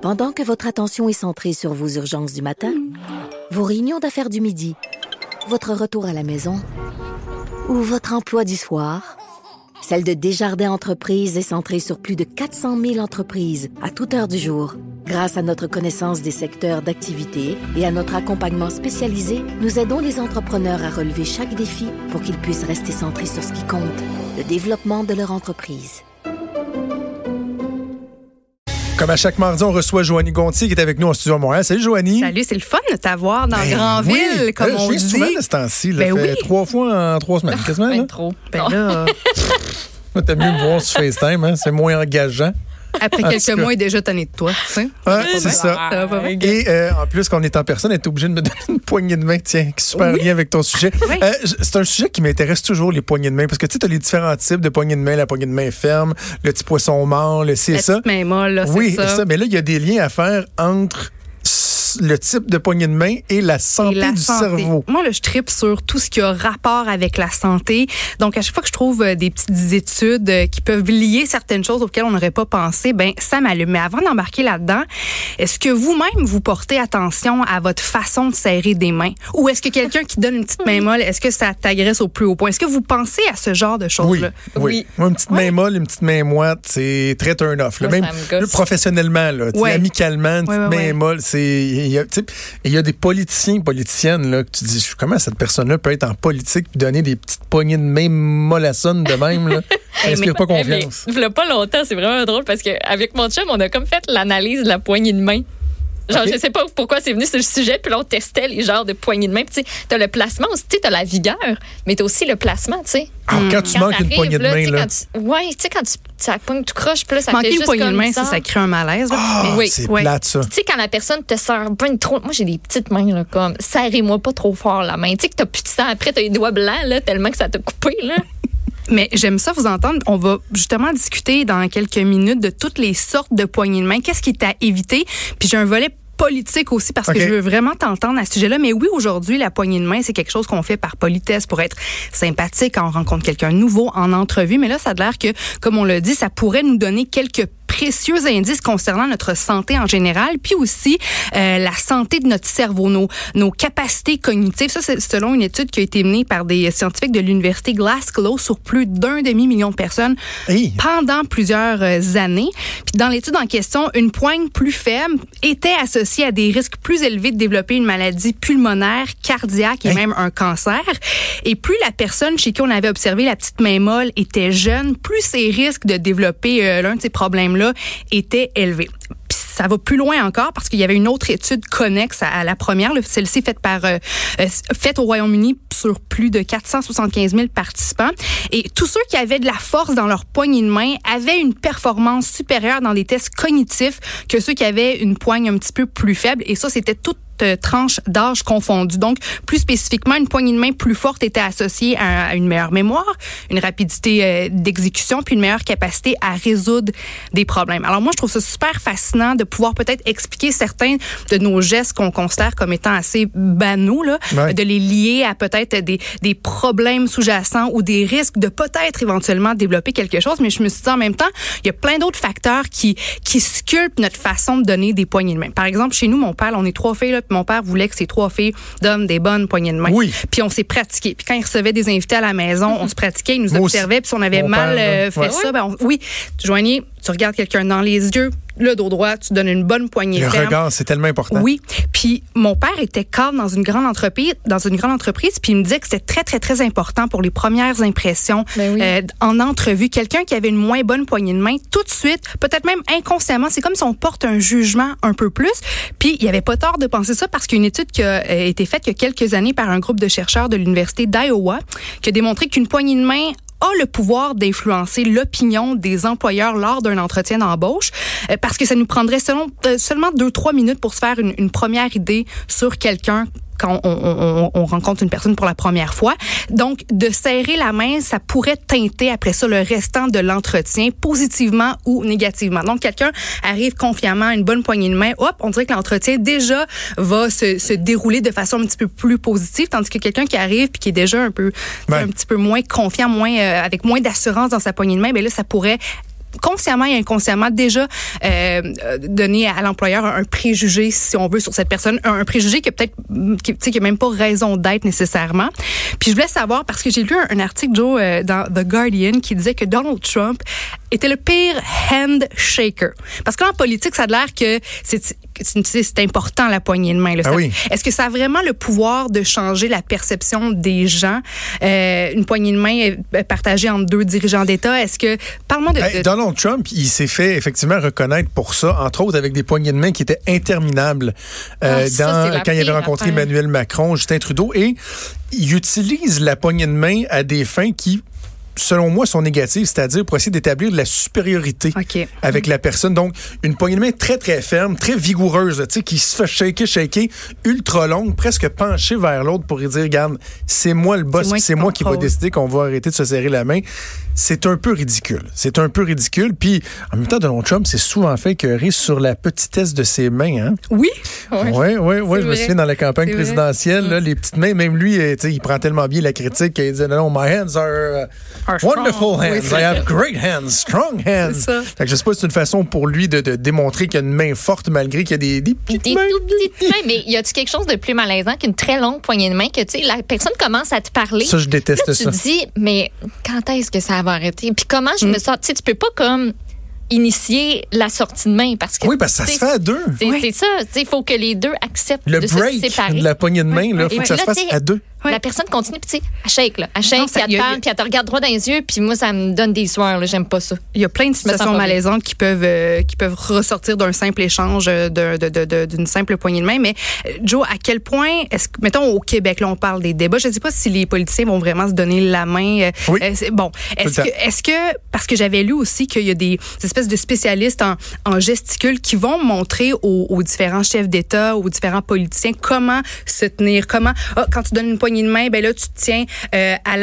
Pendant que votre attention est centrée sur vos urgences du matin, vos réunions d'affaires du midi, votre retour à la maison ou votre emploi du soir, celle de Desjardins Entreprises est centrée sur plus de 400 000 entreprises à toute heure du jour. Grâce à notre connaissance des secteurs d'activité et à notre accompagnement spécialisé, nous aidons les entrepreneurs à relever chaque défi pour qu'ils puissent rester centrés sur ce qui compte, le développement de leur entreprise. Comme à chaque mardi, on reçoit Joanie Gontier qui est avec nous en studio à Montréal. Salut Joanie. Salut, c'est le fun de t'avoir dans Grandville, oui. comme on dit. Je viens souvent de ce temps-ci. Là, Ben fait 3 fois en 3 semaines, quasiment. Là. Trop. Ben là, t'as mieux me voir sur FaceTime, hein? C'est moins engageant. Après quelques mois, il est déjà tanné de toi. Tu sais? C'est ça. Ça va pas bien. Et en plus, qu'on est en personne, elle est obligée de me donner une poignée de main, tiens, qui est super lien avec ton sujet. Oui. C'est un sujet qui m'intéresse toujours, les poignées de main, parce que tu sais, tu as les différents types de poignées de main, la poignée de main ferme, le petit poisson mort, le c'est ça. La petite main molle, là, oui, c'est ça. Mais là, il y a des liens à faire entre le type de poignée de main et la santé du cerveau. Moi, là, je tripe sur tout ce qui a rapport avec la santé. Donc, à chaque fois que je trouve des petites études qui peuvent lier certaines choses auxquelles on n'aurait pas pensé, ben ça m'allume. Mais avant d'embarquer là-dedans, est-ce que vous-même, vous portez attention à votre façon de serrer des mains? Ou est-ce que quelqu'un qui donne une petite main molle, est-ce que ça t'agresse au plus haut point? Est-ce que vous pensez à ce genre de choses-là? Oui. Moi, une petite main molle, une petite main moite, c'est très turn-off. Même professionnellement, là, amicalement, une petite main molle, c'est... Il y a des politiciennes là, que tu dis, comment cette personne-là peut être en politique et donner des petites poignées de main mollassonnes de même, là? Ça n'inspire pas confiance. Il y a pas longtemps, c'est vraiment drôle parce qu'avec mon chum, on a comme fait l'analyse de la poignée de main. Genre, je sais pas pourquoi c'est venu sur le sujet, puis là, on testait les genres de poignées de main. Puis, tu sais, t'as le placement aussi, tu sais, t'as la vigueur, mais t'as aussi le placement, tu sais. Quand tu manques une poignée de main, là. Ouais, tu sais, quand ça pogne tout croche, puis là, ça manquer fait juste une poignée de main, ça. ça crée un malaise. Là. C'est plate, ça. Tu sais, quand la personne te serre pas une trop... Moi, j'ai des petites mains, là, comme, serrez-moi pas trop fort la main. Tu sais, que t'as plus de sang après, t'as les doigts blancs, là, tellement que ça t'a coupé, là. Mais j'aime ça vous entendre. On va justement discuter dans quelques minutes de toutes les sortes de poignées de main. Qu'est-ce qui est à éviter? Puis j'ai un volet politique aussi parce que je veux vraiment t'entendre à ce sujet-là. Mais oui, aujourd'hui, la poignée de main, c'est quelque chose qu'on fait par politesse pour être sympathique quand on rencontre quelqu'un de nouveau en entrevue. Mais là, ça a l'air que, comme on l'a dit, ça pourrait nous donner quelques précieux indices concernant notre santé en général, puis aussi la santé de notre cerveau, nos capacités cognitives. Ça, c'est selon une étude qui a été menée par des scientifiques de l'université Glasgow sur plus d'1 demi-million de personnes pendant plusieurs années. Puis dans l'étude en question, une poigne plus faible était associée à des risques plus élevés de développer une maladie pulmonaire, cardiaque et même un cancer. Et plus la personne chez qui on avait observé la petite main molle était jeune, plus ses risques de développer l'un de ces problèmes-là était élevé. Puis ça va plus loin encore parce qu'il y avait une autre étude connexe à la première, celle-ci faite au Royaume-Uni sur plus de 475 000 participants. Et tous ceux qui avaient de la force dans leur poignée de main avaient une performance supérieure dans des tests cognitifs que ceux qui avaient une poigne un petit peu plus faible. Et ça, c'était toute tranche d'âge confondue. Donc, plus spécifiquement, une poignée de main plus forte était associée à une meilleure mémoire, une rapidité d'exécution, puis une meilleure capacité à résoudre des problèmes. Alors moi, je trouve ça super fascinant de pouvoir peut-être expliquer certains de nos gestes qu'on considère comme étant assez banaux, là, de les lier à peut-être des problèmes sous-jacents ou des risques de peut-être éventuellement développer quelque chose. Mais je me suis dit en même temps, il y a plein d'autres facteurs qui sculptent notre façon de donner des poignées de main. Par exemple, chez nous, mon père, on est 3 filles, là, puis mon père voulait que ses 3 filles donnent des bonnes poignées de main. Puis on s'est pratiqué. Puis quand il recevait des invités à la maison, on se pratiquait, il nous observait, puis si on avait mal fait ça, Joanie, tu regardes quelqu'un dans les yeux, le dos droit, tu donnes une bonne poignée ferme. Le regard, c'est tellement important. Oui. Puis mon père était cadre dans une grande entreprise, puis il me disait que c'était très, très, très important pour les premières impressions en entrevue. Quelqu'un qui avait une moins bonne poignée de main, tout de suite, peut-être même inconsciemment, c'est comme si on porte un jugement un peu plus. Puis il n'y avait pas tort de penser ça parce qu'il y a une étude qui a été faite il y a quelques années par un groupe de chercheurs de l'université d'Iowa qui a démontré qu'une poignée de main a le pouvoir d'influencer l'opinion des employeurs lors d'un entretien d'embauche parce que ça nous prendrait seulement 2-3 minutes pour se faire une première idée sur quelqu'un quand on rencontre une personne pour la première fois. Donc, de serrer la main, ça pourrait teinter après ça le restant de l'entretien, positivement ou négativement. Donc, quelqu'un arrive confiamment à une bonne poignée de main, on dirait que l'entretien déjà va se dérouler de façon un petit peu plus positive, tandis que quelqu'un qui arrive puis qui est déjà un petit peu moins confiant, avec moins d'assurance dans sa poignée de main, ben là, ça pourrait consciemment et inconsciemment déjà donné à l'employeur un préjugé, si on veut, sur cette personne, un préjugé qui a peut-être, qui a même pas raison d'être nécessairement. Puis je voulais savoir, parce que j'ai lu un article, Joe, dans The Guardian, qui disait que Donald Trump était le pire handshaker. Parce qu'en politique, ça a l'air que c'est important, la poignée de main. Là. Oui. Est-ce que ça a vraiment le pouvoir de changer la perception des gens? Une poignée de main partagée entre deux dirigeants d'État. Est-ce que... Parle-moi de... Donald Trump, il s'est fait effectivement reconnaître pour ça, entre autres avec des poignées de main qui étaient interminables quand il avait rencontré Emmanuel Macron, Justin Trudeau. Et il utilise la poignée de main à des fins qui, selon moi, sont négatives, c'est-à-dire pour essayer d'établir de la supériorité avec la personne. Donc, une poignée de main très, très ferme, très vigoureuse, tu sais, qui se fait shaker, ultra longue, presque penchée vers l'autre pour lui dire, regarde, c'est moi le boss, c'est moi qui va décider qu'on va arrêter de se serrer la main. C'est un peu ridicule. Puis, en même temps, Donald Trump s'est souvent fait écœurer sur la petitesse de ses mains. Hein? Oui. Oui. Je me souviens dans la campagne présidentielle, là, les petites mains, même lui, il prend tellement bien la critique qu'il dit, non, my hands are wonderful hands. I have great hands, strong hands. Fait que je sais pas si c'est une façon pour lui de démontrer qu'il a une main forte malgré qu'il y a des petites mains. Des petites mains, mais y a-tu quelque chose de plus malaisant qu'une très longue poignée de main que, tu sais, la personne commence à te parler. Ça, je déteste là, ça. Tu te dis, mais quand est-ce que ça va arrêter? Puis comment je me sors? Tu sais, tu peux pas comme initier la sortie de main parce que ça se fait à deux. C'est ça, il faut que les deux acceptent le de se séparer. De la poignée de main, il faut que ça se fasse à deux. La personne continue, puis tu sais, elle shake, puis elle te parle, puis elle te regarde droit dans les yeux, puis moi, ça me donne des sueurs, là, j'aime pas ça. Il y a plein de situations malaisantes qui peuvent ressortir d'un simple échange, d'une simple poignée de main. Mais Joe, à quel point, mettons au Québec, là, on parle des débats, je ne sais pas si les politiciens vont vraiment se donner la main. Oui. Est-ce que, parce que j'avais lu aussi qu'il y a des espèces de spécialistes en gesticules qui vont montrer aux différents chefs d'État, aux différents politiciens comment se tenir, quand tu donnes une poignée de main, ben là tu te tiens à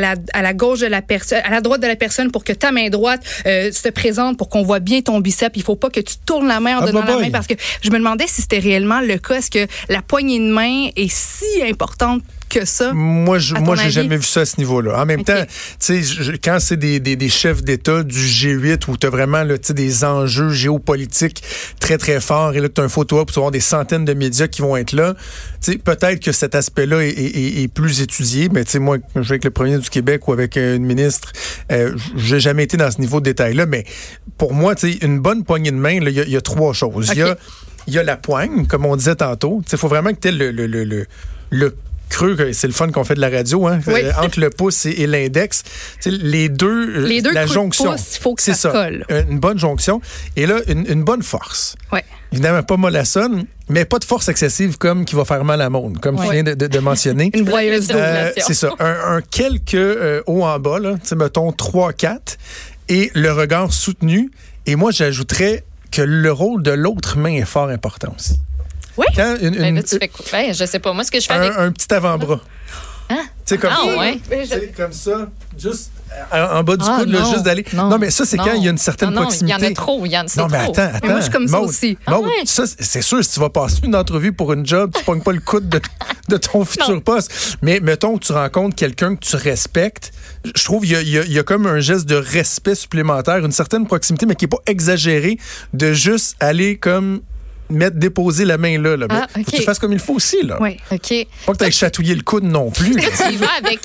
la gauche de la personne, à la droite de la personne pour que ta main droite se présente pour qu'on voit bien ton biceps. Il faut pas que tu tournes la main en donnant la main parce que je me demandais si c'était réellement le cas. Est-ce que la poignée de main est si importante que ça? Moi, j'ai jamais vu ça à ce niveau-là. En même temps, tu sais, quand c'est des chefs d'État du G8 où tu as vraiment là, des enjeux géopolitiques très, très forts et là, tu as un photo pour avoir des centaines de médias qui vont être là, tu sais, peut-être que cet aspect-là est plus étudié, mais tu sais, moi, je vais avec le premier du Québec ou avec une ministre, j'ai jamais été dans ce niveau de détail-là, mais pour moi, tu sais, une bonne poignée de main, il y a trois choses. Il y a la poigne, comme on disait tantôt. Il faut vraiment que tu aies le creux, c'est le fun qu'on fait de la radio, hein, entre le pouce et l'index. Les deux la jonction. Il faut que ça colle. Une bonne jonction. Et là, une bonne force. Ouais. Évidemment, pas mollassonne, mais pas de force excessive comme qui va faire mal à monde, comme tu viens de mentionner. Une broyeuse d'eau. C'est ça. Un quelques haut en bas, là, mettons 3-4, et le regard soutenu. Et moi, j'ajouterais que le rôle de l'autre main est fort important aussi. Oui. Là, tu fais quoi? Je sais pas. Moi, ce que je fais avec... Un petit avant-bras. Hein? Tu sais, comme ça. Ouais. C'est comme ça. Juste en bas du coude, là, juste d'aller. Non, mais ça, c'est quand il y a une certaine proximité. Il y en a trop. Non, mais attends. Mais moi, je suis comme ça aussi. Ça, c'est sûr, si tu vas passer une entrevue pour une job, tu ne pognes pas le coude de ton futur poste. Mais mettons que tu rencontres quelqu'un que tu respectes, je trouve qu'il y a comme un geste de respect supplémentaire, une certaine proximité, mais qui n'est pas exagérée, de juste aller comme déposer la main là. Faut que tu fasses comme il faut aussi, là. Oui. OK. Pas que tu ailles chatouiller le coude non plus. Tu y vas avec...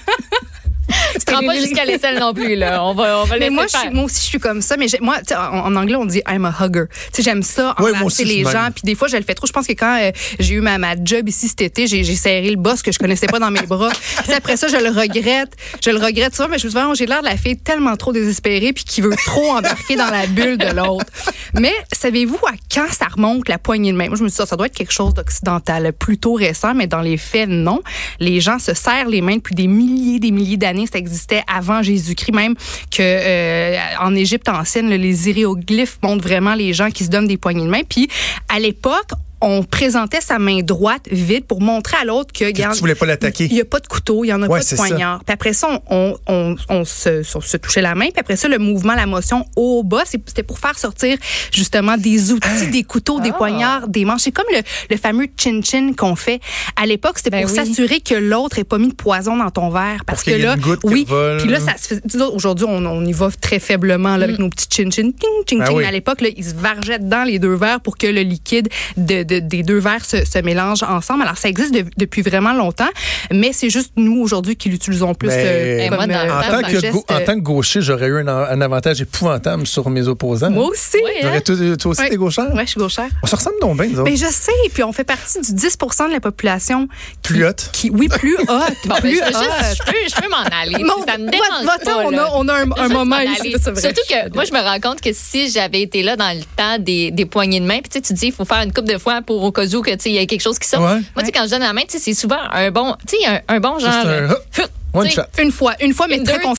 Tu te rends pas jusqu'à l'aisselle non plus, là. On va laisser moi aussi, je suis comme ça. Mais moi, en anglais, on dit I'm a hugger. Tu sais, j'aime ça, embrasser les gens. Puis des fois, je le fais trop. Je pense que quand j'ai eu ma job ici cet été, j'ai serré le boss que je connaissais pas dans mes bras. Puis après ça, je le regrette ça. Mais je me suis dit, j'ai l'air de la fille tellement trop désespérée puis qui veut trop embarquer dans la bulle de l'autre. Mais savez-vous à quand ça remonte la poignée de main? Moi, je me suis dit, ça doit être quelque chose d'occidental, plutôt récent, mais dans les faits, non. Les gens se serrent les mains depuis des milliers d'années. Ça existait avant Jésus-Christ, même que en Égypte ancienne, les hiéroglyphes montrent vraiment les gens qui se donnent des poignées de main. Puis à l'époque, on présentait sa main droite vide pour montrer à l'autre que tu voulais pas l'attaquer. Il n'y a pas de couteau, il n'y en a pas de poignard. Puis après ça, on se touchait la main. Puis après ça, le mouvement, la motion haut bas, c'était pour faire sortir justement des outils, des couteaux, des poignards, des manches. C'est comme le fameux chin-chin qu'on fait. À l'époque, c'était pour s'assurer que l'autre n'ait pas mis de poison dans ton verre. Parce que là, puis là, ça se fait. Aujourd'hui, on y va très faiblement là, avec nos petits chin-chin. À l'époque, là, ils se vargeaient dedans les deux verres pour que le liquide des deux verres se mélange ensemble. Alors, ça existe depuis vraiment longtemps, mais c'est juste nous, aujourd'hui, qui l'utilisons plus comme en tant que gaucher, j'aurais eu un avantage épouvantable sur mes opposants. Moi aussi. Toi aussi, t'es gauchère? Oui, je suis gauchère. On se ressemble donc bien, nous autres. Mais je sais, puis on fait partie du 10% de la population plus haute. Oui, plus haute. Je peux m'en aller. Ça me dérange pas. On a un moment ici. Surtout que moi, je me rends compte que si j'avais été là dans le temps des poignées de main, puis tu dis, il faut faire une couple de fois pour au cas où que il y a quelque chose qui sort. Moi, quand je donne la main, c'est souvent un bon genre. One shot. Une fois, mais très